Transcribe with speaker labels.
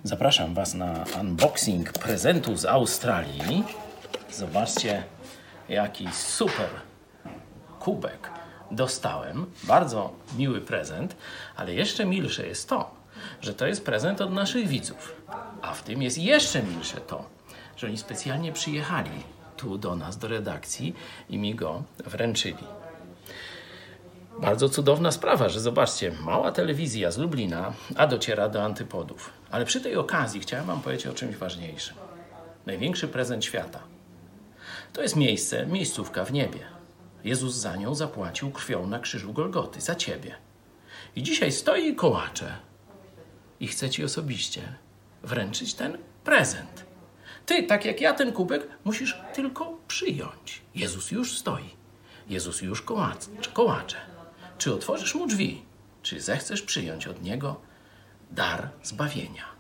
Speaker 1: Zapraszam Was na unboxing prezentu z Australii. Zobaczcie, jaki super kubek dostałem. Bardzo miły prezent, ale jeszcze milsze jest to, że to jest prezent od naszych widzów. A w tym jest jeszcze milsze to, że oni specjalnie przyjechali tu do nas, do redakcji i mi go wręczyli. Bardzo cudowna sprawa, że zobaczcie, mała telewizja z Lublina, a dociera do antypodów. Ale przy tej okazji chciałem Wam powiedzieć o czymś ważniejszym. Największy prezent świata. To jest miejscówka w niebie. Jezus za nią zapłacił krwią na krzyżu Golgoty, za Ciebie. I dzisiaj stoi i kołacze. I chce Ci osobiście wręczyć ten prezent. Ty, tak jak ja, ten kubek musisz tylko przyjąć. Jezus już stoi. Jezus już kołacze. Czy otworzysz mu drzwi? Czy zechcesz przyjąć od Niego dar zbawienia?